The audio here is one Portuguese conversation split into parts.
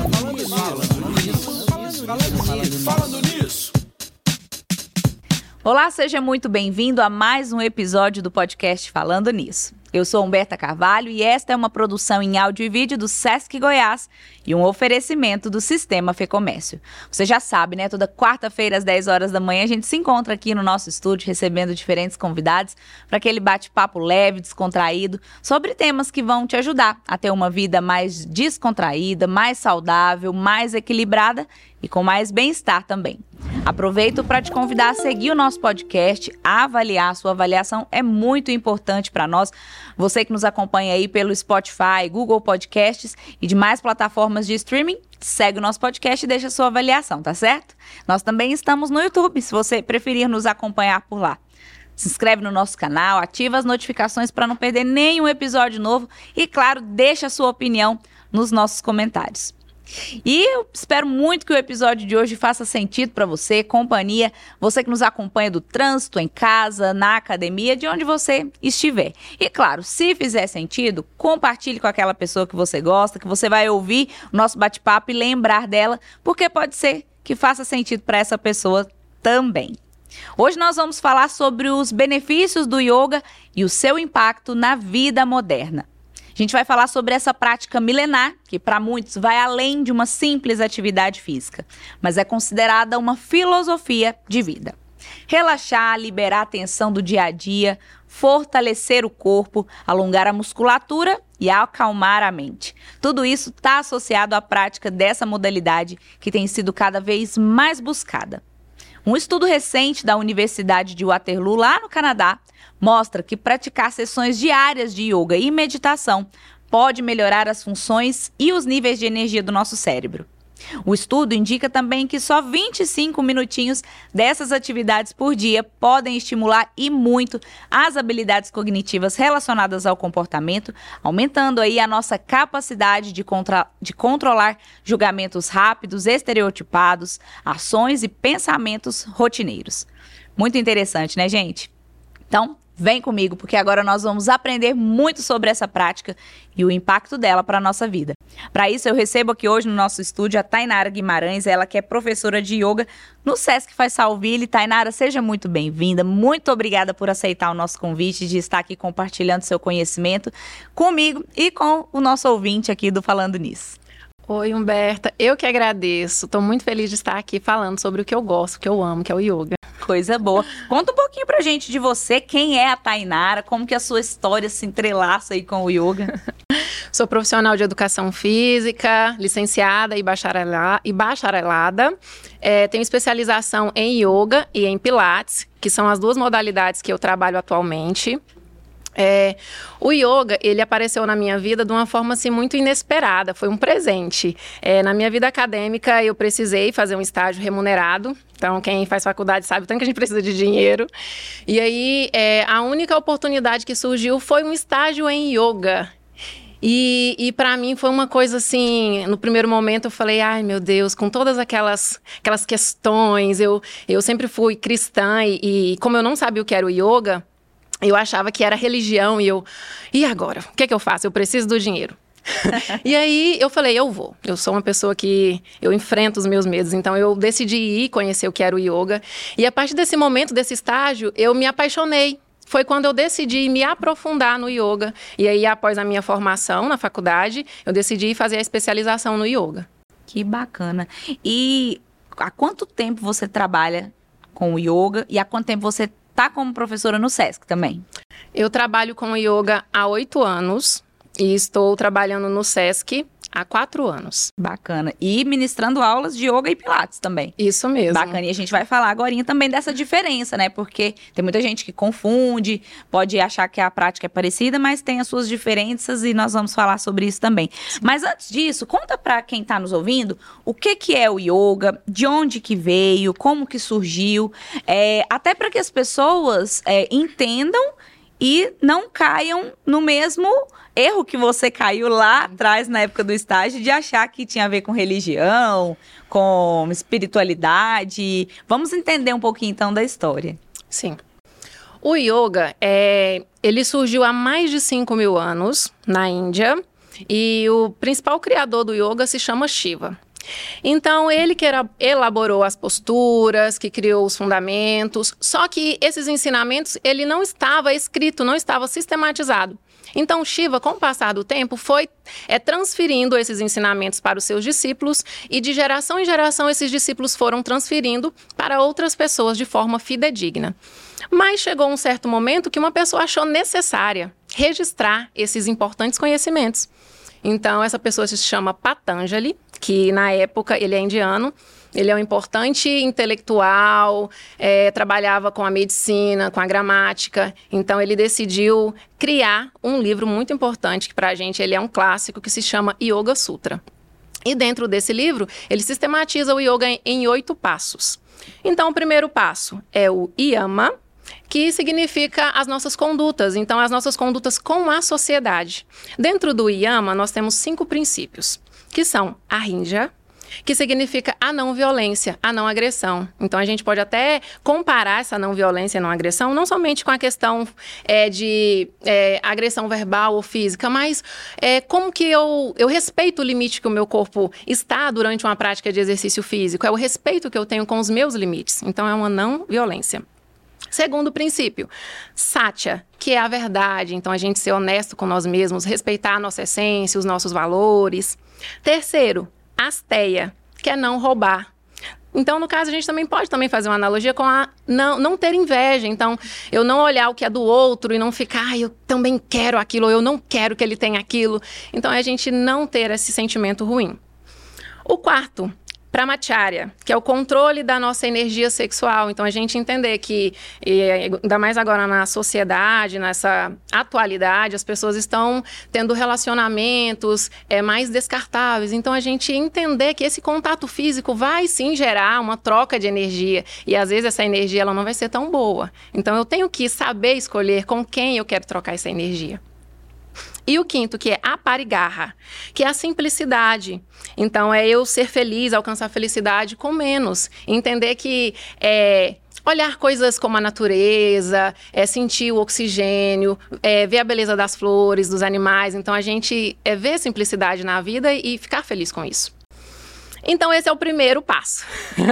Falando nisso. Olá, seja muito bem-vindo a mais um episódio do podcast Falando Nisso. Eu sou Humberta Carvalho e esta é uma produção em áudio e vídeo do Sesc Goiás e um oferecimento do Sistema Fecomércio. Você já sabe, né? Toda quarta-feira às 10 horas da manhã a gente se encontra aqui no nosso estúdio recebendo diferentes convidados para aquele bate-papo leve, descontraído, sobre temas que vão te ajudar a ter uma vida mais descontraída, mais saudável, mais equilibrada e com mais bem-estar também. Aproveito para te convidar a seguir o nosso podcast, a avaliar. A sua avaliação é muito importante para nós. Você que nos acompanha aí pelo Spotify, Google Podcasts e demais plataformas de streaming, segue o nosso podcast e deixa a sua avaliação, tá certo? Nós também estamos no YouTube, se você preferir nos acompanhar por lá. Se inscreve no nosso canal, ativa as notificações para não perder nenhum episódio novo e, claro, deixa a sua opinião nos nossos comentários. E eu espero muito que o episódio de hoje faça sentido para você, companhia, você que nos acompanha do trânsito, em casa, na academia, de onde você estiver. E claro, se fizer sentido, compartilhe com aquela pessoa que você gosta, que você vai ouvir o nosso bate-papo e lembrar dela, porque pode ser que faça sentido para essa pessoa também. Hoje nós vamos falar sobre os benefícios do yoga e o seu impacto na vida moderna. A gente vai falar sobre essa prática milenar, que para muitos vai além de uma simples atividade física, mas é considerada uma filosofia de vida. Relaxar, liberar a tensão do dia a dia, fortalecer o corpo, alongar a musculatura e acalmar a mente. Tudo isso está associado à prática dessa modalidade que tem sido cada vez mais buscada. Um estudo recente da Universidade de Waterloo, lá no Canadá, mostra que praticar sessões diárias de yoga e meditação pode melhorar as funções e os níveis de energia do nosso cérebro. O estudo indica também que só 25 minutinhos dessas atividades por dia podem estimular e muito as habilidades cognitivas relacionadas ao comportamento, aumentando aí a nossa capacidade de controlar julgamentos rápidos, estereotipados, ações e pensamentos rotineiros. Muito interessante, né, gente? Então, vem comigo, porque agora nós vamos aprender muito sobre essa prática e o impacto dela para a nossa vida. Para isso, eu recebo aqui hoje no nosso estúdio a Tainara Guimarães, ela que é professora de yoga no Sesc Faisal Alville. Tainara, seja muito bem-vinda. Muito obrigada por aceitar o nosso convite de estar aqui compartilhando seu conhecimento comigo e com o nosso ouvinte aqui do Falando Nisso. Oi, Humberta. Eu que agradeço. Estou muito feliz de estar aqui falando sobre o que eu gosto, o que eu amo, que é o yoga. Coisa boa. Conta um pouquinho pra gente de você, quem é a Tainara, como que a sua história se entrelaça aí com o yoga. Sou profissional de educação física, licenciada e bacharelada. Tenho especialização em yoga e em pilates, que são as duas modalidades que eu trabalho atualmente. O yoga, ele apareceu na minha vida de uma forma assim, muito inesperada, foi um presente. Na minha vida acadêmica, eu precisei fazer um estágio remunerado. Então, quem faz faculdade sabe o tanto que a gente precisa de dinheiro. E aí, a única oportunidade que surgiu foi um estágio em yoga. E para mim foi uma coisa assim, no primeiro momento eu falei, ai meu Deus, com todas aquelas questões, eu sempre fui cristã e como eu não sabia o que era o yoga, eu achava que era religião e agora? O que é que eu faço? Eu preciso do dinheiro. E aí eu falei, eu vou. Eu sou uma pessoa que eu enfrento os meus medos, então eu decidi ir conhecer o que era o yoga. E a partir desse momento, desse estágio, eu me apaixonei. Foi quando eu decidi me aprofundar no yoga. E aí, após a minha formação na faculdade, eu decidi fazer a especialização no yoga. Que bacana. E há quanto tempo você trabalha com o yoga e há quanto tempo você está como professora no Sesc também? Eu trabalho com yoga há 8 anos e estou trabalhando no Sesc há 4 anos. Bacana. E ministrando aulas de yoga e pilates também. Isso mesmo. Bacana. E a gente vai falar agorinha também dessa diferença, né? Porque tem muita gente que confunde, pode achar que a prática é parecida, mas tem as suas diferenças e nós vamos falar sobre isso também. Sim. Mas antes disso, conta pra quem tá nos ouvindo o que é o yoga, de onde que veio, como que surgiu, até para que as pessoas entendam e não caiam no mesmo erro que você caiu lá atrás, na época do estágio, de achar que tinha a ver com religião, com espiritualidade. Vamos entender um pouquinho, então, da história. Sim. O yoga, ele surgiu há mais de 5.000 anos na Índia E o principal criador do yoga se chama Shiva. Então, ele que elaborou as posturas, que criou os fundamentos, só que esses ensinamentos, ele não estava escrito, não estava sistematizado. Então, Shiva, com o passar do tempo, foi transferindo esses ensinamentos para os seus discípulos e de geração em geração esses discípulos foram transferindo para outras pessoas de forma fidedigna. Mas chegou um certo momento que uma pessoa achou necessária registrar esses importantes conhecimentos. Então, essa pessoa se chama Patanjali, que na época ele é indiano. Ele é um importante intelectual, trabalhava com a medicina, com a gramática. Então, ele decidiu criar um livro muito importante, que para a gente ele é um clássico, que se chama Yoga Sutra. E dentro desse livro, ele sistematiza o yoga em 8 passos. Então, o primeiro passo é o Yama, que significa as nossas condutas. Então, as nossas condutas com a sociedade. Dentro do Yama, nós temos 5 princípios, que são Ahimsa, que significa a não violência, a não agressão. Então, a gente pode até comparar essa não violência e não agressão, não somente com a questão de agressão verbal ou física, mas como que eu respeito o limite que o meu corpo está durante uma prática de exercício físico, é o respeito que eu tenho com os meus limites. Então, é uma não violência. Segundo princípio, Satya, que é a verdade. Então, a gente ser honesto com nós mesmos, respeitar a nossa essência, os nossos valores. Terceiro, Asteya, que é não roubar. Então, no caso, a gente também pode fazer uma analogia com a não ter inveja. Então, eu não olhar o que é do outro e não ficar, eu também quero aquilo, ou eu não quero que ele tenha aquilo. Então, é a gente não ter esse sentimento ruim. O quarto, Brahmacharya, que é o controle da nossa energia sexual. Então, a gente entender que, ainda mais agora na sociedade, nessa atualidade, as pessoas estão tendo relacionamentos mais descartáveis. Então, a gente entender que esse contato físico vai, sim, gerar uma troca de energia. E, às vezes, essa energia ela não vai ser tão boa. Então, eu tenho que saber escolher com quem eu quero trocar essa energia. E o quinto, que é Aparigraha, que é a simplicidade. Então, é eu ser feliz, alcançar a felicidade com menos. Entender que olhar coisas como a natureza, sentir o oxigênio, ver a beleza das flores, dos animais. Então, a gente ver simplicidade na vida e ficar feliz com isso. Então, esse é o primeiro passo.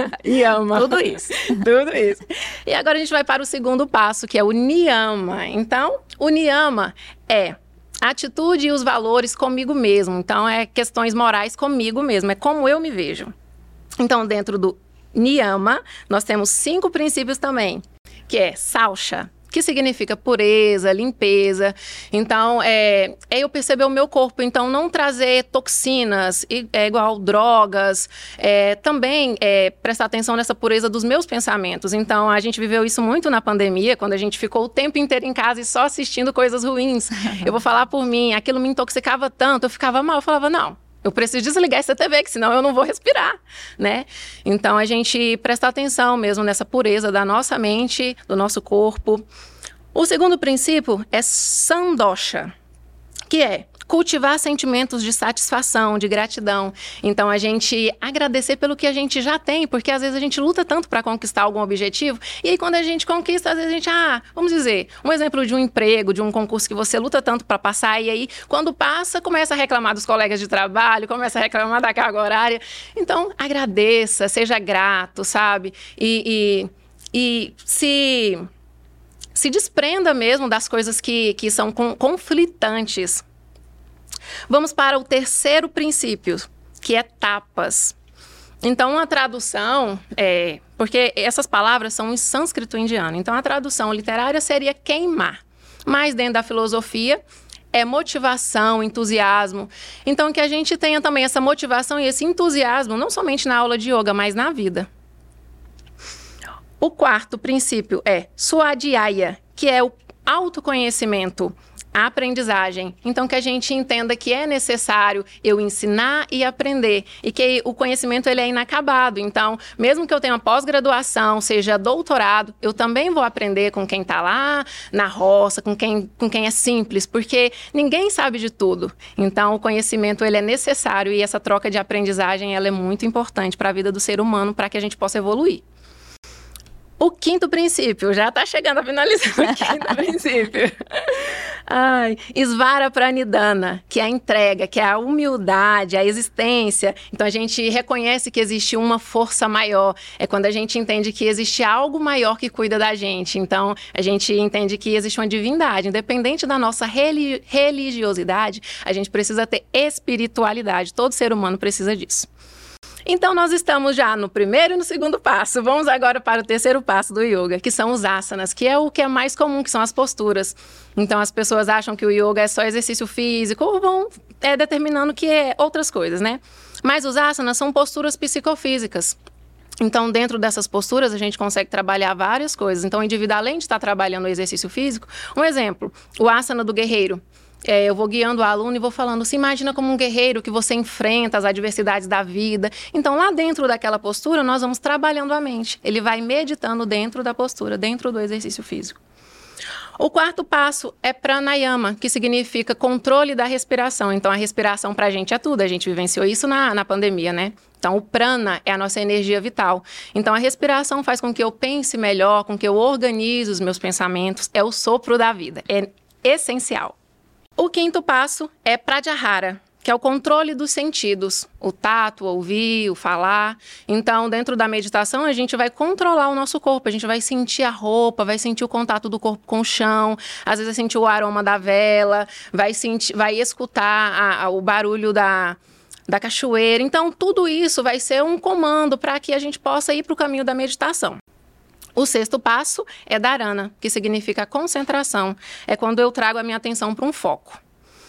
Yama. Tudo isso. Tudo isso. E agora a gente vai para o segundo passo, que é o Niyama. Então, o Niyama é a atitude e os valores comigo mesmo. Então, é questões morais comigo mesmo, é como eu me vejo. Então, dentro do Niyama, nós temos 5 princípios também, que é Saucha, que significa pureza, limpeza. Então, eu perceber o meu corpo. Então, não trazer toxinas, igual drogas. Também prestar atenção nessa pureza dos meus pensamentos. Então, a gente viveu isso muito na pandemia, quando a gente ficou o tempo inteiro em casa e só assistindo coisas ruins. Eu vou falar por mim, aquilo me intoxicava tanto, eu ficava mal, eu falava, não, eu preciso desligar essa TV, que senão eu não vou respirar, né? Então, a gente prestar atenção mesmo nessa pureza da nossa mente, do nosso corpo. O segundo princípio é Sandosha, que é cultivar sentimentos de satisfação, de gratidão. Então, a gente agradecer pelo que a gente já tem, porque às vezes a gente luta tanto para conquistar algum objetivo, e aí quando a gente conquista, às vezes a gente, vamos dizer, um exemplo de um emprego, de um concurso que você luta tanto para passar, e aí quando passa, começa a reclamar dos colegas de trabalho, começa a reclamar da carga horária. Então, agradeça, seja grato, sabe? E se desprenda mesmo das coisas que são conflitantes. Vamos para o terceiro princípio, que é tapas. Então, a tradução porque essas palavras são em sânscrito indiano. Então, a tradução literária seria queimar. Mas dentro da filosofia é motivação, entusiasmo. Então, que a gente tenha também essa motivação e esse entusiasmo, não somente na aula de yoga, mas na vida. O quarto princípio é Swadhyaya, que é o autoconhecimento, a aprendizagem. Então, que a gente entenda que é necessário eu ensinar e aprender. E que o conhecimento ele é inacabado. Então, mesmo que eu tenha uma pós-graduação, seja doutorado, eu também vou aprender com quem está lá na roça, com quem é simples, porque ninguém sabe de tudo. Então, o conhecimento ele é necessário e essa troca de aprendizagem ela é muito importante para a vida do ser humano, para que a gente possa evoluir. O quinto princípio, já está chegando a finalizar o quinto princípio. Svara Pranidhana, que é a entrega, que é a humildade, a existência. Então a gente reconhece que existe uma força maior. É quando a gente entende que existe algo maior que cuida da gente. Então a gente entende que existe uma divindade. Independente da nossa religiosidade, a gente precisa ter espiritualidade. Todo ser humano precisa disso. Então, nós estamos já no primeiro e no segundo passo. Vamos agora para o terceiro passo do yoga, que são os asanas, que é o que é mais comum, que são as posturas. Então, as pessoas acham que o yoga é só exercício físico, ou vão determinando que é outras coisas, né? Mas os asanas são posturas psicofísicas. Então, dentro dessas posturas, a gente consegue trabalhar várias coisas. Então, o indivíduo, além de estar trabalhando o exercício físico, um exemplo, o asana do guerreiro. Eu vou guiando o aluno e vou falando, se imagina como um guerreiro que você enfrenta as adversidades da vida. Então, lá dentro daquela postura, nós vamos trabalhando a mente. Ele vai meditando dentro da postura, dentro do exercício físico. O quarto passo é pranayama, que significa controle da respiração. Então, a respiração pra gente é tudo. A gente vivenciou isso na pandemia, né? Então, o prana é a nossa energia vital. Então, a respiração faz com que eu pense melhor, com que eu organize os meus pensamentos. É o sopro da vida. É essencial. O quinto passo é pratyahara, que é o controle dos sentidos, o tato, o ouvir, o falar. Então, dentro da meditação, a gente vai controlar o nosso corpo, a gente vai sentir a roupa, vai sentir o contato do corpo com o chão, às vezes vai sentir o aroma da vela, vai escutar o barulho da cachoeira. Então, tudo isso vai ser um comando para que a gente possa ir para o caminho da meditação. O sexto passo é dharana, que significa concentração. É quando eu trago a minha atenção para um foco.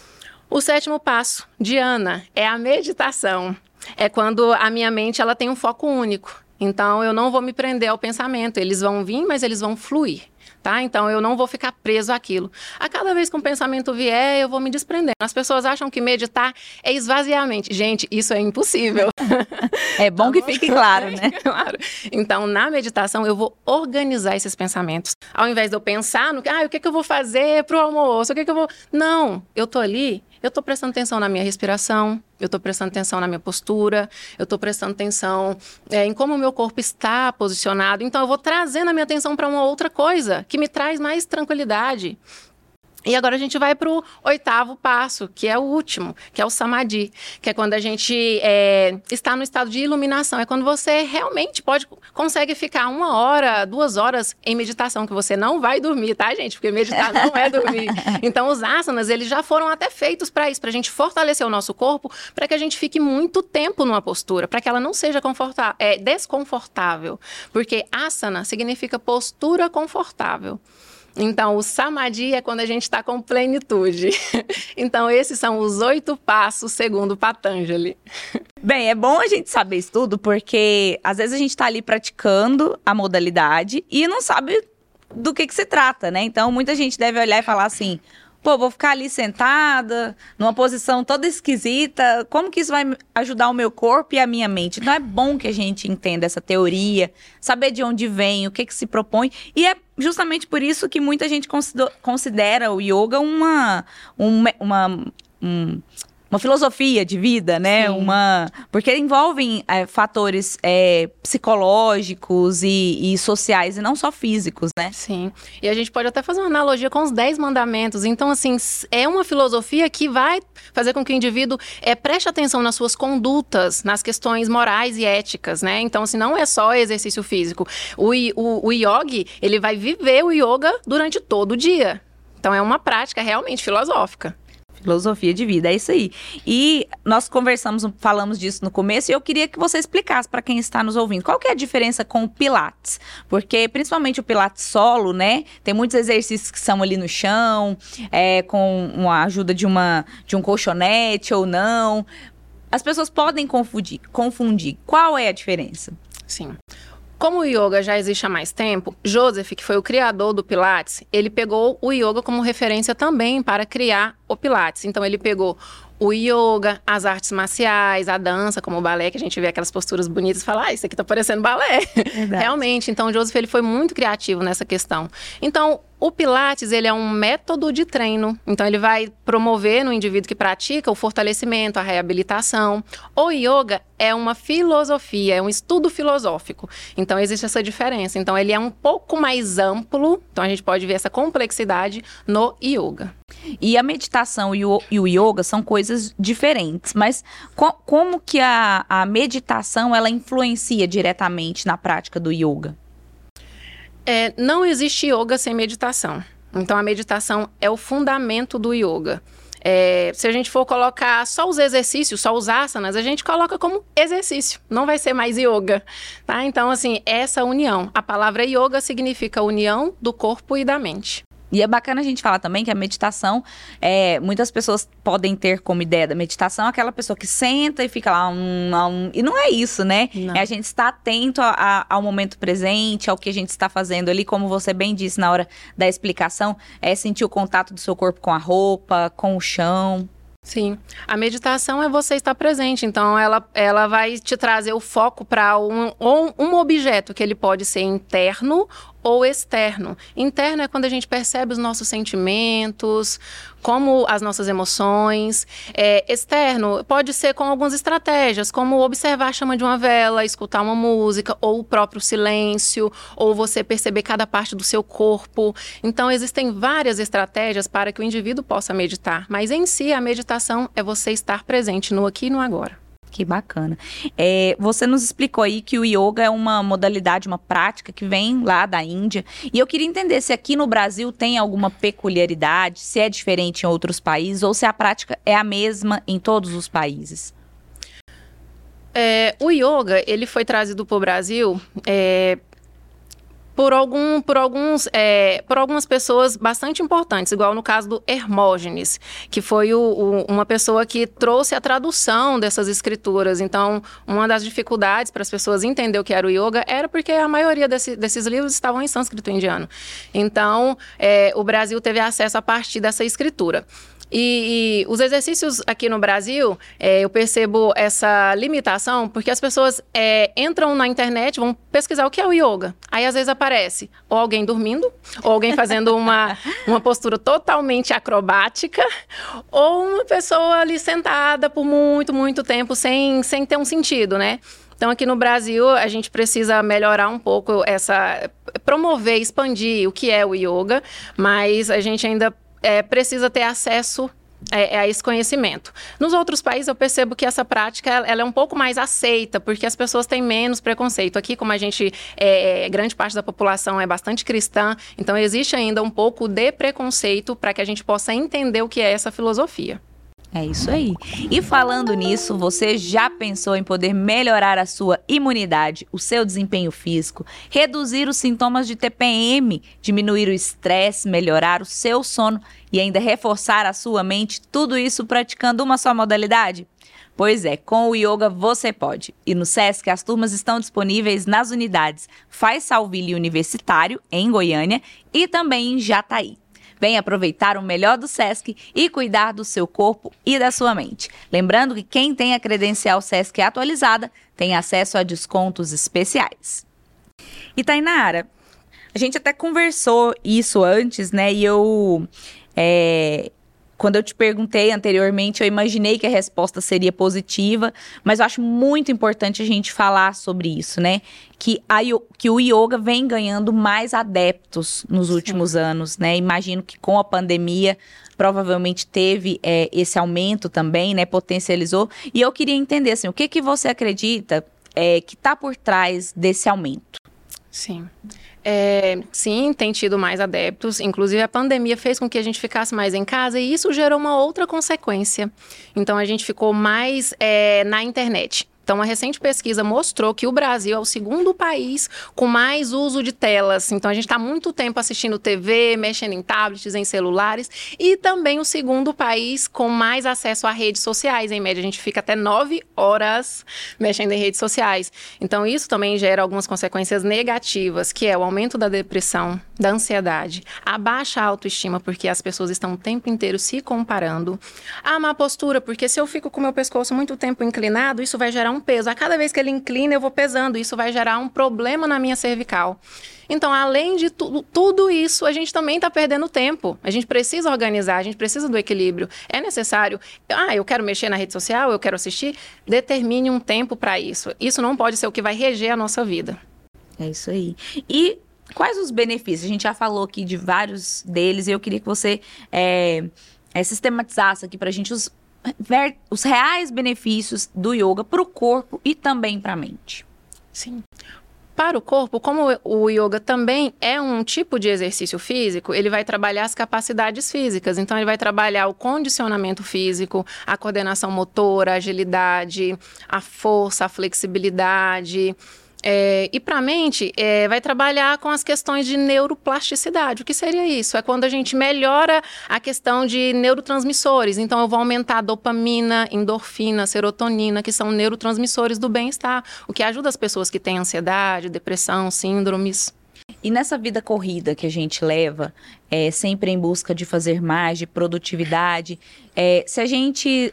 O sétimo passo, dhyana, é a meditação. É quando a minha mente ela tem um foco único. Então, eu não vou me prender ao pensamento. Eles vão vir, mas eles vão fluir. Tá? Então, eu não vou ficar preso àquilo. A cada vez que um pensamento vier, eu vou me desprendendo. As pessoas acham que meditar é esvaziar a mente. Gente, isso é impossível. É bom que fique claro, né? Claro. Então, na meditação, eu vou organizar esses pensamentos. Ao invés de eu pensar no o que eu vou fazer pro almoço, Não, eu tô ali, eu tô prestando atenção na minha respiração, eu tô prestando atenção na minha postura, eu tô prestando atenção em como o meu corpo está posicionado. Então, eu vou trazendo a minha atenção para uma outra coisa que me traz mais tranquilidade. E agora a gente vai para o oitavo passo, que é o último, que é o samadhi, que é quando a gente está no estado de iluminação. É quando você realmente consegue ficar 1 hora, 2 horas em meditação, que você não vai dormir, tá, gente? Porque meditar não é dormir. Então, os asanas, eles já foram até feitos para isso, para a gente fortalecer o nosso corpo, para que a gente fique muito tempo numa postura, para que ela não seja desconfortável. Porque asana significa postura confortável. Então, o samadhi é quando a gente está com plenitude. Então, esses são os 8 passos segundo Patanjali. Bem, é bom a gente saber isso tudo, porque às vezes a gente está ali praticando a modalidade e não sabe do que se trata, né? Então, muita gente deve olhar e falar assim, vou ficar ali sentada, numa posição toda esquisita, como que isso vai ajudar o meu corpo e a minha mente? Então, é bom que a gente entenda essa teoria, saber de onde vem, o que se propõe, e é justamente por isso que muita gente considera o yoga uma filosofia de vida, né? Porque envolvem fatores psicológicos e sociais, e não só físicos, né? Sim. E a gente pode até fazer uma analogia com os 10 mandamentos. Então, assim, é uma filosofia que vai fazer com que o indivíduo preste atenção nas suas condutas, nas questões morais e éticas, né? Então, assim, não é só exercício físico. O yogi, ele vai viver o yoga durante todo o dia. Então, é uma prática realmente filosófica. Filosofia de vida, é isso aí. E nós falamos disso no começo, e eu queria que você explicasse para quem está nos ouvindo, qual que é a diferença com o Pilates? Porque, principalmente o Pilates solo, né, tem muitos exercícios que são ali no chão, com a ajuda de um colchonete ou não. As pessoas podem confundir. Qual é a diferença? Sim. Como o yoga já existe há mais tempo, Joseph, que foi o criador do Pilates, ele pegou o yoga como referência também para criar o Pilates. Então, ele pegou o yoga, as artes marciais, a dança, como o balé, que a gente vê aquelas posturas bonitas e fala, isso aqui tá parecendo balé. Realmente, então o Joseph ele foi muito criativo nessa questão. Então, O Pilates, ele é um método de treino, então ele vai promover no indivíduo que pratica o fortalecimento, a reabilitação. O yoga é uma filosofia, é um estudo filosófico, então existe essa diferença. Então ele é um pouco mais amplo, então a gente pode ver essa complexidade no yoga. E a meditação e o yoga são coisas diferentes, mas como que a meditação ela influencia diretamente na prática do yoga? Não existe yoga sem meditação. Então, a meditação é o fundamento do yoga. Se a gente for colocar só os exercícios, só os asanas, a gente coloca como exercício. Não vai ser mais yoga, tá? Então, assim, essa união. A palavra yoga significa união do corpo e da mente. E é bacana a gente falar também que a meditação, muitas pessoas podem ter como ideia da meditação aquela pessoa que senta e fica lá, e não é isso, né? Não. É a gente estar atento ao momento presente, ao que a gente está fazendo ali, como você bem disse na hora da explicação, sentir o contato do seu corpo com a roupa, com o chão. Sim, a meditação é você estar presente, então ela vai te trazer o foco para um objeto que ele pode ser interno ou externo. Interno é quando a gente percebe os nossos sentimentos, como as nossas emoções. Externo pode ser com algumas estratégias, como observar a chama de uma vela, escutar uma música, ou o próprio silêncio, ou você perceber cada parte do seu corpo. Então, existem várias estratégias para que o indivíduo possa meditar, mas em si a meditação é você estar presente no aqui e no agora. Que bacana. Você nos explicou aí que o yoga é uma modalidade, uma prática que vem lá da Índia. E eu queria entender se aqui no Brasil tem alguma peculiaridade, se é diferente em outros países ou se a prática é a mesma em todos os países. O yoga, ele foi trazido para o Brasil por algumas pessoas bastante importantes, igual no caso do Hermógenes, que foi uma pessoa que trouxe a tradução dessas escrituras. Então, uma das dificuldades para as pessoas entenderem o que era o yoga era porque a maioria desses livros estavam em sânscrito indiano. Então, o Brasil teve acesso a partir dessa escritura. E os exercícios aqui no Brasil, eu percebo essa limitação porque as pessoas entram na internet, vão pesquisar o que é o yoga. Aí, às vezes, aparece ou alguém dormindo, ou alguém fazendo uma postura totalmente acrobática, ou uma pessoa ali sentada por muito, muito tempo sem ter um sentido, né? Então, aqui no Brasil, a gente precisa melhorar um pouco promover, expandir o que é o yoga, mas a gente ainda precisa ter acesso a esse conhecimento. Nos outros países eu percebo que essa prática ela é um pouco mais aceita, porque as pessoas têm menos preconceito. Aqui, como a gente, grande parte da população é bastante cristã, então existe ainda um pouco de preconceito para que a gente possa entender o que é essa filosofia. É isso aí. E falando nisso, você já pensou em poder melhorar a sua imunidade, o seu desempenho físico, reduzir os sintomas de TPM, diminuir o estresse, melhorar o seu sono e ainda reforçar a sua mente, tudo isso praticando uma só modalidade? Pois é, com o yoga você pode. E no SESC as turmas estão disponíveis nas unidades Faz Salville Universitário, em Goiânia, e também em Jataí. Vem aproveitar o melhor do SESC e cuidar do seu corpo e da sua mente. Lembrando que quem tem a credencial SESC atualizada tem acesso a descontos especiais. E Tainara, a gente até conversou isso antes, né? E quando eu te perguntei anteriormente, eu imaginei que a resposta seria positiva, mas eu acho muito importante a gente falar sobre isso, né? Que o yoga vem ganhando mais adeptos nos últimos anos, né? Imagino que com a pandemia provavelmente teve esse aumento também, né? Potencializou. E eu queria entender, assim, o que você acredita que está por trás desse aumento? Sim. Sim, tem tido mais adeptos. Inclusive, a pandemia fez com que a gente ficasse mais em casa e isso gerou uma outra consequência. Então, a gente ficou mais na internet. Então, uma recente pesquisa mostrou que o Brasil é o segundo país com mais uso de telas. Então, a gente está muito tempo assistindo TV, mexendo em tablets, em celulares. E também o segundo país com mais acesso a redes sociais. Em média, a gente fica até 9 horas mexendo em redes sociais. Então, isso também gera algumas consequências negativas, que é o aumento da depressão, da ansiedade, a baixa autoestima, porque as pessoas estão o tempo inteiro se comparando, a má postura, porque se eu fico com o meu pescoço muito tempo inclinado, isso vai gerar um peso. A cada vez que ele inclina, eu vou pesando, isso vai gerar um problema na minha cervical. Então, além de tudo isso, a gente também está perdendo tempo. A gente precisa organizar, a gente precisa do equilíbrio. É necessário, eu quero mexer na rede social, eu quero assistir, determine um tempo para isso. Isso não pode ser o que vai reger a nossa vida. É isso aí. E quais os benefícios? A gente já falou aqui de vários deles e eu queria que você sistematizasse aqui pra gente os reais benefícios do yoga para o corpo e também para a mente. Sim. Para o corpo, como o yoga também é um tipo de exercício físico, ele vai trabalhar as capacidades físicas. Então, ele vai trabalhar o condicionamento físico, a coordenação motora, a agilidade, a força, a flexibilidade. E para a mente, vai trabalhar com as questões de neuroplasticidade. O que seria isso? É quando a gente melhora a questão de neurotransmissores. Então, eu vou aumentar a dopamina, endorfina, serotonina, que são neurotransmissores do bem-estar, o que ajuda as pessoas que têm ansiedade, depressão, síndromes. E nessa vida corrida que a gente leva, sempre em busca de fazer mais, de produtividade, se a gente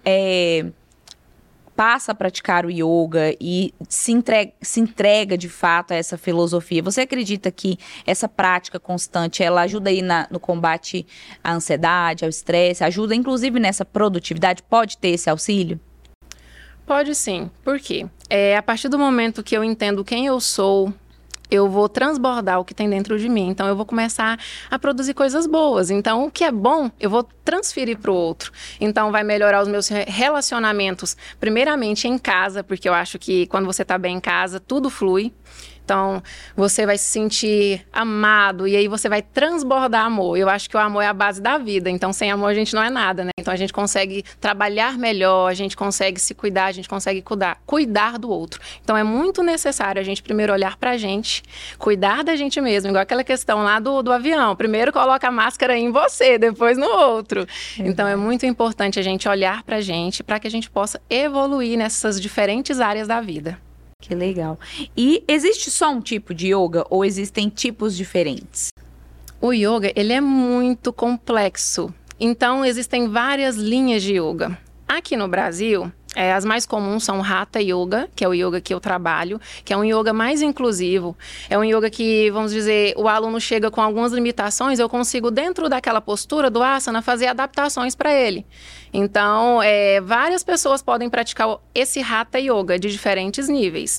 passa a praticar o yoga e se entrega de fato a essa filosofia, você acredita que essa prática constante, ela ajuda aí no combate à ansiedade, ao estresse, ajuda inclusive nessa produtividade? Pode ter esse auxílio? Pode sim. Por quê? A partir do momento que eu entendo quem eu sou, eu vou transbordar o que tem dentro de mim. Então, eu vou começar a produzir coisas boas. Então, o que é bom, eu vou transferir para o outro. Então, vai melhorar os meus relacionamentos, primeiramente em casa, porque eu acho que quando você está bem em casa, tudo flui. Então, você vai se sentir amado e aí você vai transbordar amor. Eu acho que o amor é a base da vida. Então, sem amor a gente não é nada, né? Então, a gente consegue trabalhar melhor, a gente consegue se cuidar, a gente consegue cuidar do outro. Então, é muito necessário a gente primeiro olhar pra gente, cuidar da gente mesmo. Igual aquela questão lá do avião. Primeiro coloca a máscara em você, depois no outro. Então, é muito importante a gente olhar pra gente para que a gente possa evoluir nessas diferentes áreas da vida. Que legal. E existe só um tipo de yoga ou existem tipos diferentes? O yoga, ele é muito complexo. Então, existem várias linhas de yoga. Aqui no Brasil, as mais comuns são o Hatha Yoga, que é o yoga que eu trabalho, que é um yoga mais inclusivo. É um yoga que, vamos dizer, o aluno chega com algumas limitações, eu consigo, dentro daquela postura do asana, fazer adaptações para ele. Então, várias pessoas podem praticar esse Hatha Yoga de diferentes níveis.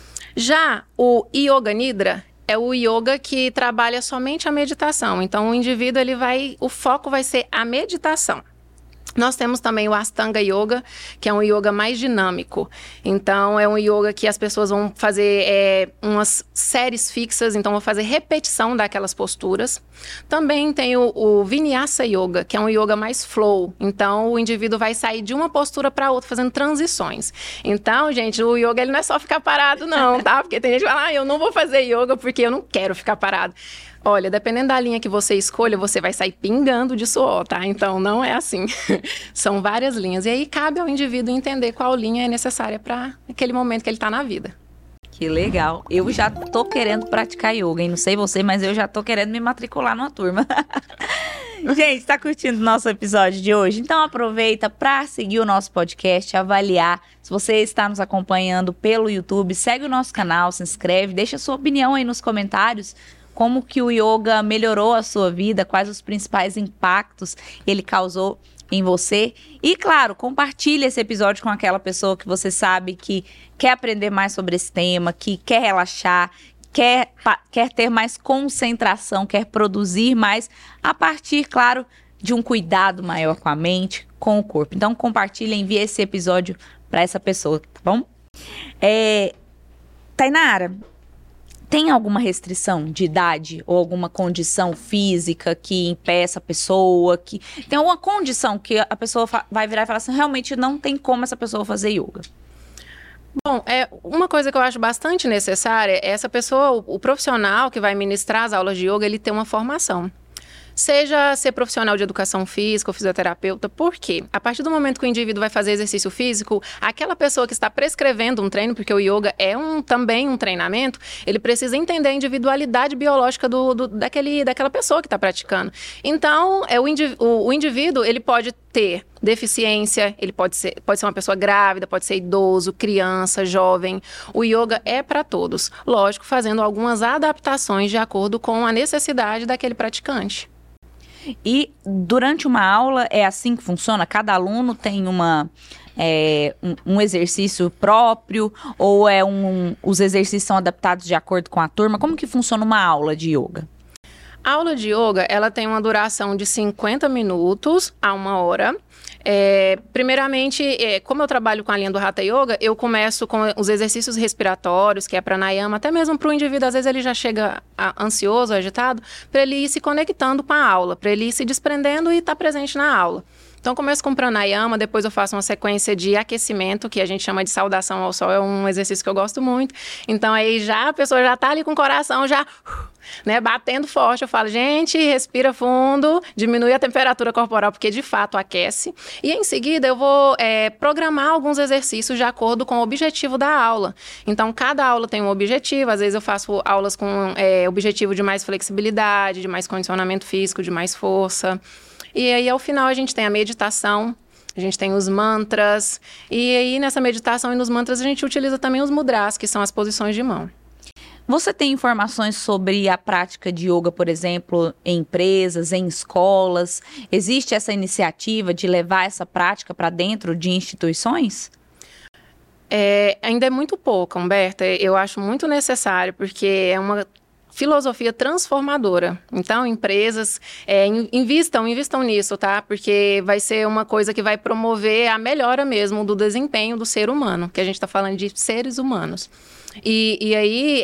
Já o Yoga Nidra é o yoga que trabalha somente a meditação. Então, o foco vai ser a meditação. Nós temos também o Ashtanga Yoga, que é um yoga mais dinâmico. Então, é um yoga que as pessoas vão fazer umas séries fixas, então vão fazer repetição daquelas posturas. Também tem o Vinyasa Yoga, que é um yoga mais flow. Então, o indivíduo vai sair de uma postura para outra, fazendo transições. Então, gente, o yoga ele não é só ficar parado, não, tá? Porque tem gente que fala, eu não vou fazer yoga porque eu não quero ficar parado. Olha, dependendo da linha que você escolha, você vai sair pingando de suor, tá? Então, não é assim. São várias linhas. E aí, cabe ao indivíduo entender qual linha é necessária para aquele momento que ele está na vida. Que legal. Eu já tô querendo praticar yoga, hein? Não sei você, mas eu já tô querendo me matricular numa turma. Gente, tá curtindo o nosso episódio de hoje? Então aproveita para seguir o nosso podcast, avaliar. Se você está nos acompanhando pelo YouTube, segue o nosso canal, se inscreve, deixa sua opinião aí nos comentários. Como que o yoga melhorou a sua vida, quais os principais impactos ele causou em você. E, claro, compartilhe esse episódio com aquela pessoa que você sabe que quer aprender mais sobre esse tema, que quer relaxar, quer ter mais concentração, quer produzir mais, a partir, claro, de um cuidado maior com a mente, com o corpo. Então, compartilhe, envie esse episódio para essa pessoa, tá bom? Tainara, tem alguma restrição de idade ou alguma condição física que impeça a pessoa? Tem alguma condição que a pessoa vai virar e falar assim, realmente não tem como essa pessoa fazer yoga? Bom, uma coisa que eu acho bastante necessária é essa pessoa, o profissional que vai ministrar as aulas de yoga, ele ter uma formação. Seja ser profissional de educação física ou fisioterapeuta, por quê? A partir do momento que o indivíduo vai fazer exercício físico, aquela pessoa que está prescrevendo um treino, porque o yoga é também um treinamento, ele precisa entender a individualidade biológica daquela pessoa que está praticando. Então, o indivíduo, ele pode ter deficiência, ele pode ser uma pessoa grávida, pode ser idoso, criança, jovem. O yoga é para todos, lógico, fazendo algumas adaptações de acordo com a necessidade daquele praticante. E durante uma aula é assim que funciona? Cada aluno tem um exercício próprio ou os exercícios são adaptados de acordo com a turma? Como que funciona uma aula de yoga? A aula de yoga, ela tem uma duração de 50 minutos a 1 hora. Primeiramente, como eu trabalho com a linha do Hatha Yoga, eu começo com os exercícios respiratórios, que é pranayama, até mesmo para o indivíduo, às vezes ele já chega ansioso, agitado, para ele ir se conectando com a aula, para ele ir se desprendendo e estar presente na aula. Então, eu começo com pranayama, depois eu faço uma sequência de aquecimento, que a gente chama de saudação ao sol, é um exercício que eu gosto muito. Então, aí a pessoa já está ali com o coração já batendo forte. Eu falo, gente, respira fundo, diminui a temperatura corporal, porque de fato aquece. E em seguida, eu vou programar alguns exercícios de acordo com o objetivo da aula. Então, cada aula tem um objetivo. Às vezes eu faço aulas com objetivo de mais flexibilidade, de mais condicionamento físico, de mais força. E aí, ao final, a gente tem a meditação, a gente tem os mantras. E aí, nessa meditação e nos mantras, a gente utiliza também os mudras, que são as posições de mão. Você tem informações sobre a prática de yoga, por exemplo, em empresas, em escolas? Existe essa iniciativa de levar essa prática para dentro de instituições? Ainda é muito pouco, Humberta. Eu acho muito necessário, porque é uma filosofia transformadora. Então, empresas invistam nisso, tá? Porque vai ser uma coisa que vai promover a melhora mesmo do desempenho do ser humano, que a gente está falando de seres humanos. E aí,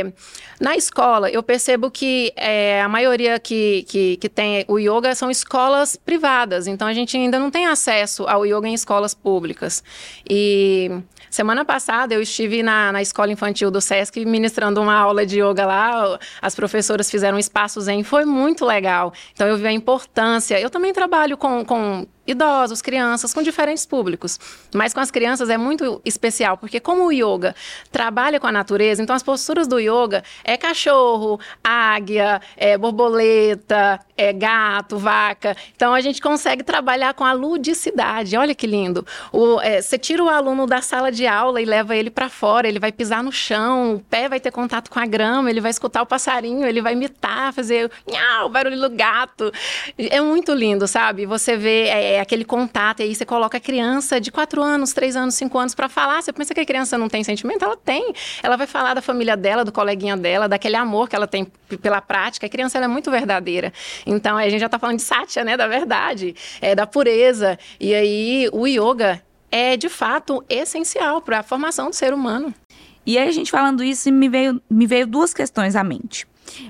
na escola, eu percebo que a maioria que tem o yoga são escolas privadas. Então, a gente ainda não tem acesso ao yoga em escolas públicas. E semana passada eu estive na escola infantil do Sesc ministrando uma aula de yoga lá, as professoras fizeram um espaço zen, foi muito legal. Então eu vi a importância, eu também trabalho com idosos, crianças, com diferentes públicos. Mas com as crianças é muito especial, porque como o yoga trabalha com a natureza, então as posturas do yoga é cachorro, águia, borboleta, gato, vaca. Então a gente consegue trabalhar com a ludicidade. Olha que lindo. Você tira o aluno da sala de aula e leva ele para fora, ele vai pisar no chão, o pé vai ter contato com a grama, ele vai escutar o passarinho, ele vai imitar, fazer o barulho do gato. É muito lindo, sabe? Você vê aquele contato, e aí você coloca a criança de 4 anos, 3 anos, 5 anos para falar. Você pensa que a criança não tem sentimento? Ela tem. Ela vai falar da família dela, do coleguinha dela, daquele amor que ela tem pela prática. A criança, ela é muito verdadeira. Então, a gente já está falando de satya, né? Da verdade, da pureza. E aí, o yoga é, de fato, essencial para a formação do ser humano. E aí, a gente falando isso, me veio 2 questões à mente.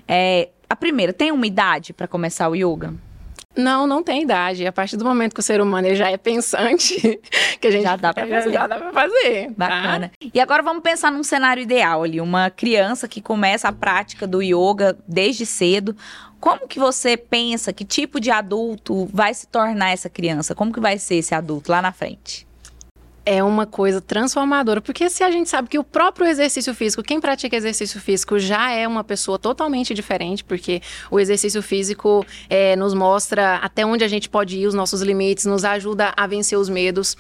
A primeira, tem uma idade para começar o yoga? Não tem idade. A partir do momento que o ser humano ele já é pensante, que a gente já dá para fazer. Já dá para fazer. Bacana. Tá? E agora vamos pensar num cenário ideal ali, uma criança que começa a prática do yoga desde cedo. Como que você pensa, que tipo de adulto vai se tornar essa criança? Como que vai ser esse adulto lá na frente? É uma coisa transformadora, porque se a gente sabe que o próprio exercício físico, quem pratica exercício físico já é uma pessoa totalmente diferente, porque o exercício físico nos mostra até onde a gente pode ir, os nossos limites, nos ajuda a vencer os medos.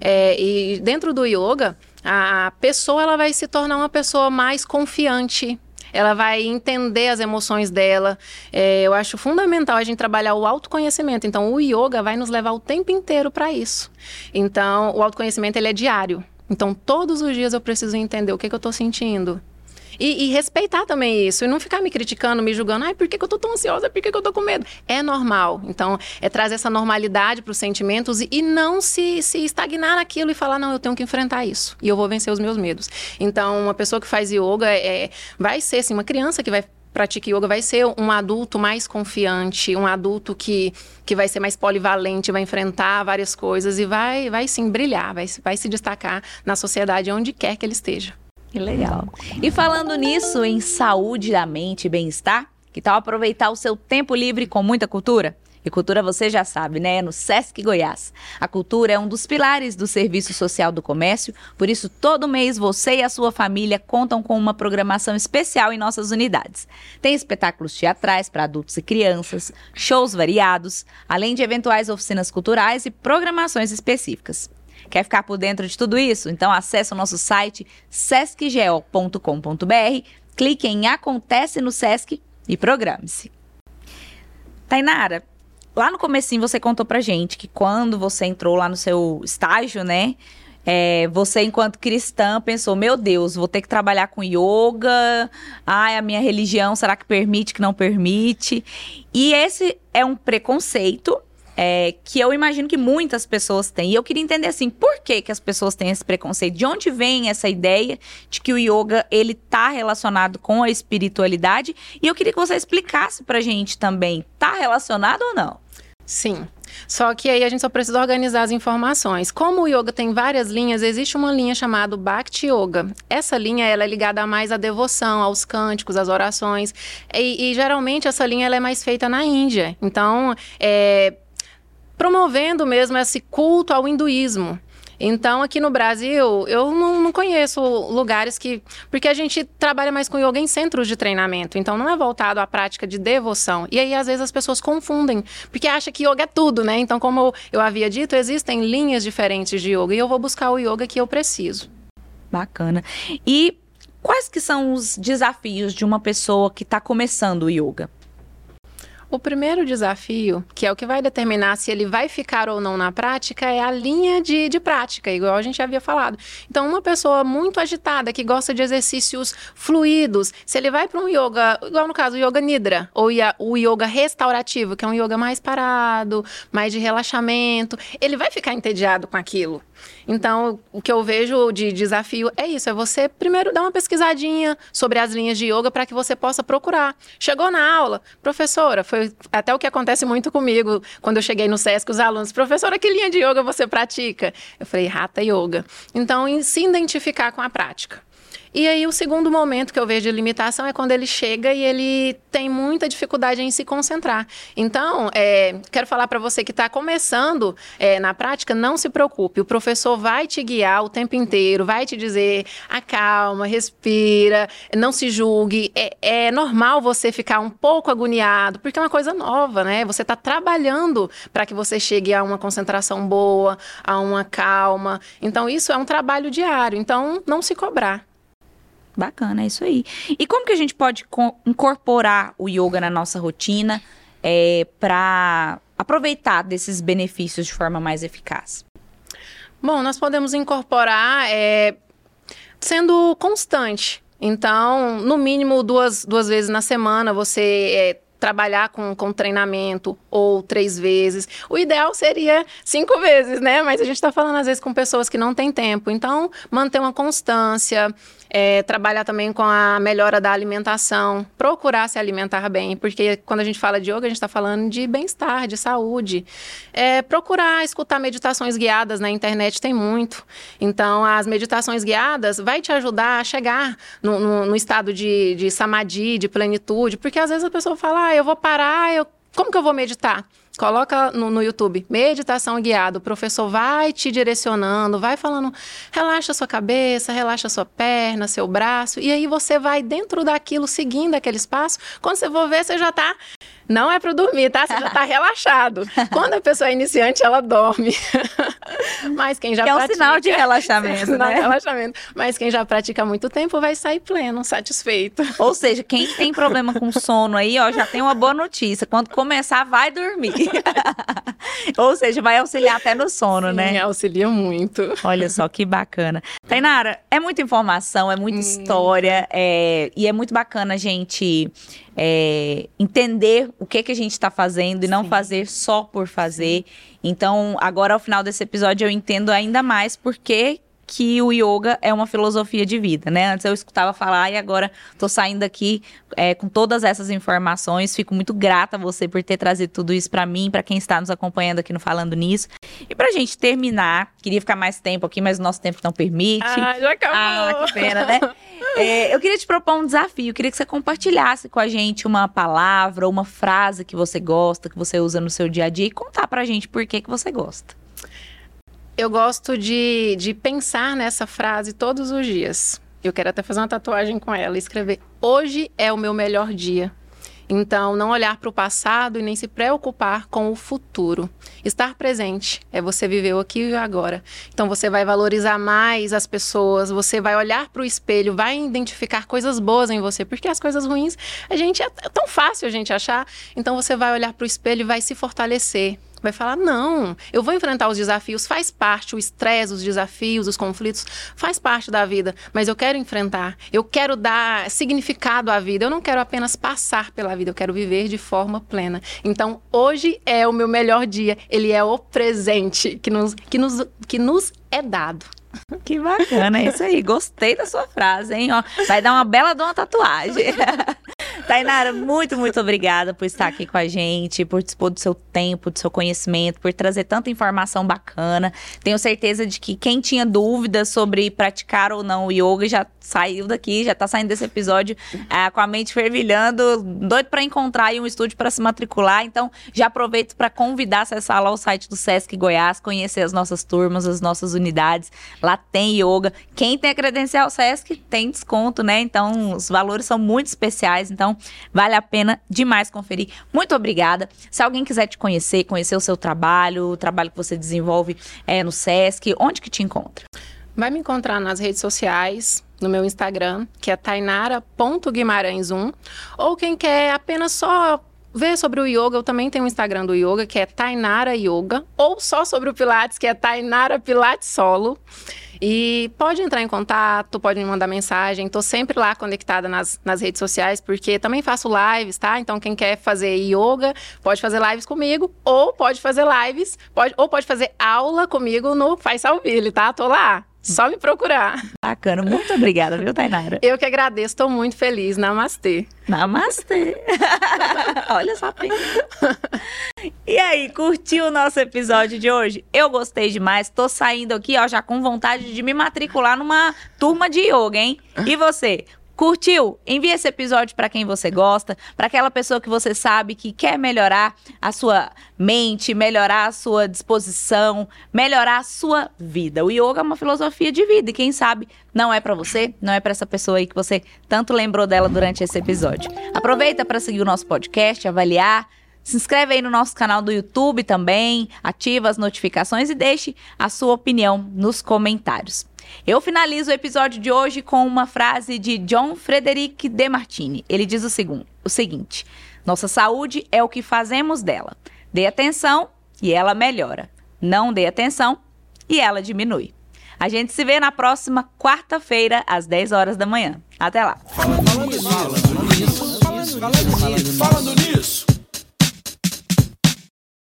E dentro do yoga, a pessoa ela vai se tornar uma pessoa mais confiante, ela vai entender as emoções dela. Eu acho fundamental a gente trabalhar o autoconhecimento. Então, o yoga vai nos levar o tempo inteiro para isso. Então, o autoconhecimento, ele é diário. Então, todos os dias eu preciso entender o que eu estou sentindo. E respeitar também isso, e não ficar me criticando, me julgando, por que eu tô tão ansiosa, por que eu tô com medo? É normal, então é trazer essa normalidade para os sentimentos e não se estagnar naquilo e falar, não, eu tenho que enfrentar isso, e eu vou vencer os meus medos. Então, uma pessoa que faz yoga vai ser, assim, uma criança que pratica yoga vai ser um adulto mais confiante, um adulto que vai ser mais polivalente, vai enfrentar várias coisas e vai sim brilhar, vai se destacar na sociedade onde quer que ele esteja. Que legal. E falando nisso, em saúde da mente e bem-estar, Que tal aproveitar o seu tempo livre com muita cultura? E cultura você já sabe, né? É no Sesc Goiás. A cultura é um dos pilares do Serviço Social do Comércio, por isso todo mês você e a sua família contam com uma programação especial em nossas unidades. Tem espetáculos teatrais para adultos e crianças, shows variados, além de eventuais oficinas culturais e programações específicas. Quer ficar por dentro de tudo isso? Então acesse o nosso site sescgo.com.br, clique em Acontece no Sesc e programe-se. Tainara, lá no comecinho você contou pra gente que quando você entrou lá no seu estágio, né? Você, enquanto cristã, pensou, meu Deus, vou ter que trabalhar com yoga. Ai, a minha religião, será que permite, que não permite? E esse é um preconceito que eu imagino que muitas pessoas têm. E eu queria entender, assim, por que as pessoas têm esse preconceito? De onde vem essa ideia de que o yoga, ele tá relacionado com a espiritualidade? E eu queria que você explicasse pra gente também, tá relacionado ou não? Sim, só que aí a gente só precisa organizar as informações. Como o yoga tem várias linhas, existe uma linha chamada Bhakti Yoga. Essa linha ela é ligada mais à devoção, aos cânticos, às orações. E geralmente essa linha ela é mais feita na Índia. Então, promovendo mesmo esse culto ao hinduísmo. Então, aqui no Brasil, eu não conheço lugares que... Porque a gente trabalha mais com yoga em centros de treinamento. Então, não é voltado à prática de devoção. E aí, às vezes, as pessoas confundem. Porque acham que yoga é tudo, né? Então, como eu havia dito, existem linhas diferentes de yoga. E eu vou buscar o yoga que eu preciso. Bacana. E quais que são os desafios de uma pessoa que está começando o yoga? O primeiro desafio, que é o que vai determinar se ele vai ficar ou não na prática, é a linha de prática, igual a gente havia falado. Então, uma pessoa muito agitada, que gosta de exercícios fluidos, se ele vai para um yoga, igual no caso, o yoga nidra, ou o yoga restaurativo, que é um yoga mais parado, mais de relaxamento, ele vai ficar entediado com aquilo. Então, o que eu vejo de desafio é isso, é você primeiro dar uma pesquisadinha sobre as linhas de yoga para que você possa procurar. Chegou na aula, professora, foi até o que acontece muito comigo quando eu cheguei no Sesc, os alunos, professora, que linha de yoga você pratica? Eu falei, Hatha Yoga. Então, se identificar com a prática. E aí, o segundo momento que eu vejo de limitação é quando ele chega e ele tem muita dificuldade em se concentrar. Então, quero falar para você que está começando na prática, não se preocupe. O professor vai te guiar o tempo inteiro, vai te dizer, acalma, respira, não se julgue. É normal você ficar um pouco agoniado, porque é uma coisa nova, né? Você está trabalhando para que você chegue a uma concentração boa, a uma calma. Então, isso é um trabalho diário. Então, não se cobrar. Bacana, é isso aí. E como que a gente pode incorporar o yoga na nossa rotina para aproveitar desses benefícios de forma mais eficaz? Bom, nós podemos incorporar sendo constante. Então, no mínimo duas vezes na semana, você trabalhar com treinamento ou 3 vezes. O ideal seria 5 vezes, né? Mas a gente está falando, às vezes, com pessoas que não têm tempo. Então, manter uma constância, trabalhar também com a melhora da alimentação, procurar se alimentar bem, porque quando a gente fala de yoga, a gente está falando de bem-estar, de saúde. Procurar escutar meditações guiadas na internet, tem muito. Então, as meditações guiadas vai te ajudar a chegar no estado de samadhi, de plenitude, porque às vezes a pessoa fala, eu vou parar, como que eu vou meditar? Coloca no YouTube, meditação guiada, o professor vai te direcionando, vai falando, relaxa sua cabeça, relaxa sua perna, seu braço, e aí você vai dentro daquilo, seguindo aquele espaço, quando você for ver, você já tá, não é para dormir, tá? Você já tá relaxado. Quando a pessoa é iniciante, ela dorme. Mas quem já pratica... É um sinal de relaxamento, sinal né? de relaxamento. Mas quem já pratica há muito tempo vai sair pleno, satisfeito. Ou seja, quem tem problema com sono aí, ó, já tem uma boa notícia. Quando começar, vai dormir. Ou seja, vai auxiliar até no sono, Sim, né? Auxilia muito. Olha só que bacana. Tainara, é muita informação, é muita história, e é muito bacana a gente entender o que a gente está fazendo e não fazer só por fazer. Então, agora ao final desse episódio eu entendo ainda mais porque que o yoga é uma filosofia de vida, né? Antes eu escutava falar e agora tô saindo aqui com todas essas informações. Fico muito grata a você por ter trazido tudo isso para mim, para quem está nos acompanhando aqui no Falando Nisso. E pra gente terminar, queria ficar mais tempo aqui, mas o nosso tempo não permite. Já acabou. Que pena, né? Eu queria te propor um desafio. Eu queria que você compartilhasse com a gente uma palavra ou uma frase que você gosta, que você usa no seu dia a dia e contar pra gente por que você gosta. Eu gosto de pensar nessa frase todos os dias. Eu quero até fazer uma tatuagem com ela e escrever: hoje é o meu melhor dia. Então, não olhar para o passado e nem se preocupar com o futuro. Estar presente é você viver o aqui e o agora. Então, você vai valorizar mais as pessoas, você vai olhar para o espelho, vai identificar coisas boas em você, porque as coisas ruins, é tão fácil a gente achar. Então, você vai olhar para o espelho e vai se fortalecer. Vai falar: não, eu vou enfrentar os desafios, faz parte, o estresse, os desafios, os conflitos, faz parte da vida, mas eu quero enfrentar, eu quero dar significado à vida, eu não quero apenas passar pela vida, eu quero viver de forma plena. Então, hoje é o meu melhor dia, ele é o presente que nos é dado. Que bacana, é isso aí, gostei da sua frase, hein? Ó, vai dar uma bela de uma tatuagem. Tainara, muito, muito obrigada por estar aqui com a gente, por dispor do seu tempo, do seu conhecimento, por trazer tanta informação bacana. Tenho certeza de que quem tinha dúvidas sobre praticar ou não o yoga já saiu daqui, já tá saindo desse episódio com a mente fervilhando, doido para encontrar aí um estúdio para se matricular. Então, já aproveito para convidar a acessar lá o site do Sesc Goiás, conhecer as nossas turmas, as nossas unidades. Lá tem yoga. Quem tem a credencial Sesc tem desconto, né? Então, os valores são muito especiais. Então, vale a pena demais conferir. Muito obrigada. Se alguém quiser te conhecer o seu trabalho, o trabalho que você desenvolve no Sesc, onde que te encontra? Vai me encontrar nas redes sociais, no meu Instagram, que é tainara.guimarães1. Ou quem quer apenas só ver sobre o yoga, eu também tenho um Instagram do yoga, que é Tainara Yoga. Ou só sobre o Pilates, que é Tainara Pilates Solo. E pode entrar em contato, pode me mandar mensagem. Estou sempre lá conectada nas redes sociais, porque também faço lives, tá? Então, quem quer fazer yoga, pode fazer lives comigo, ou pode fazer lives, pode fazer aula comigo no Faz Salville, tá? Tô lá. Só me procurar. Bacana, muito obrigada, viu, Tainara? Eu que agradeço, estou muito feliz. Namastê. Namastê. Olha só. E aí, curtiu o nosso episódio de hoje? Eu gostei demais, tô saindo aqui, ó, já com vontade de me matricular numa turma de yoga, hein? E você? Curtiu? Envie esse episódio para quem você gosta, para aquela pessoa que você sabe que quer melhorar a sua mente, melhorar a sua disposição, melhorar a sua vida. O yoga é uma filosofia de vida e quem sabe não é para você, não é para essa pessoa aí que você tanto lembrou dela durante esse episódio. Aproveita para seguir o nosso podcast, avaliar, se inscreve aí no nosso canal do YouTube também, ativa as notificações e deixe a sua opinião nos comentários. Eu finalizo o episódio de hoje com uma frase de John Frederick Demartini. Ele diz o seguinte: nossa saúde é o que fazemos dela. Dê atenção e ela melhora. Não dê atenção e ela diminui. A gente se vê na próxima quarta-feira, às 10 horas da manhã. Até lá. Falando nisso.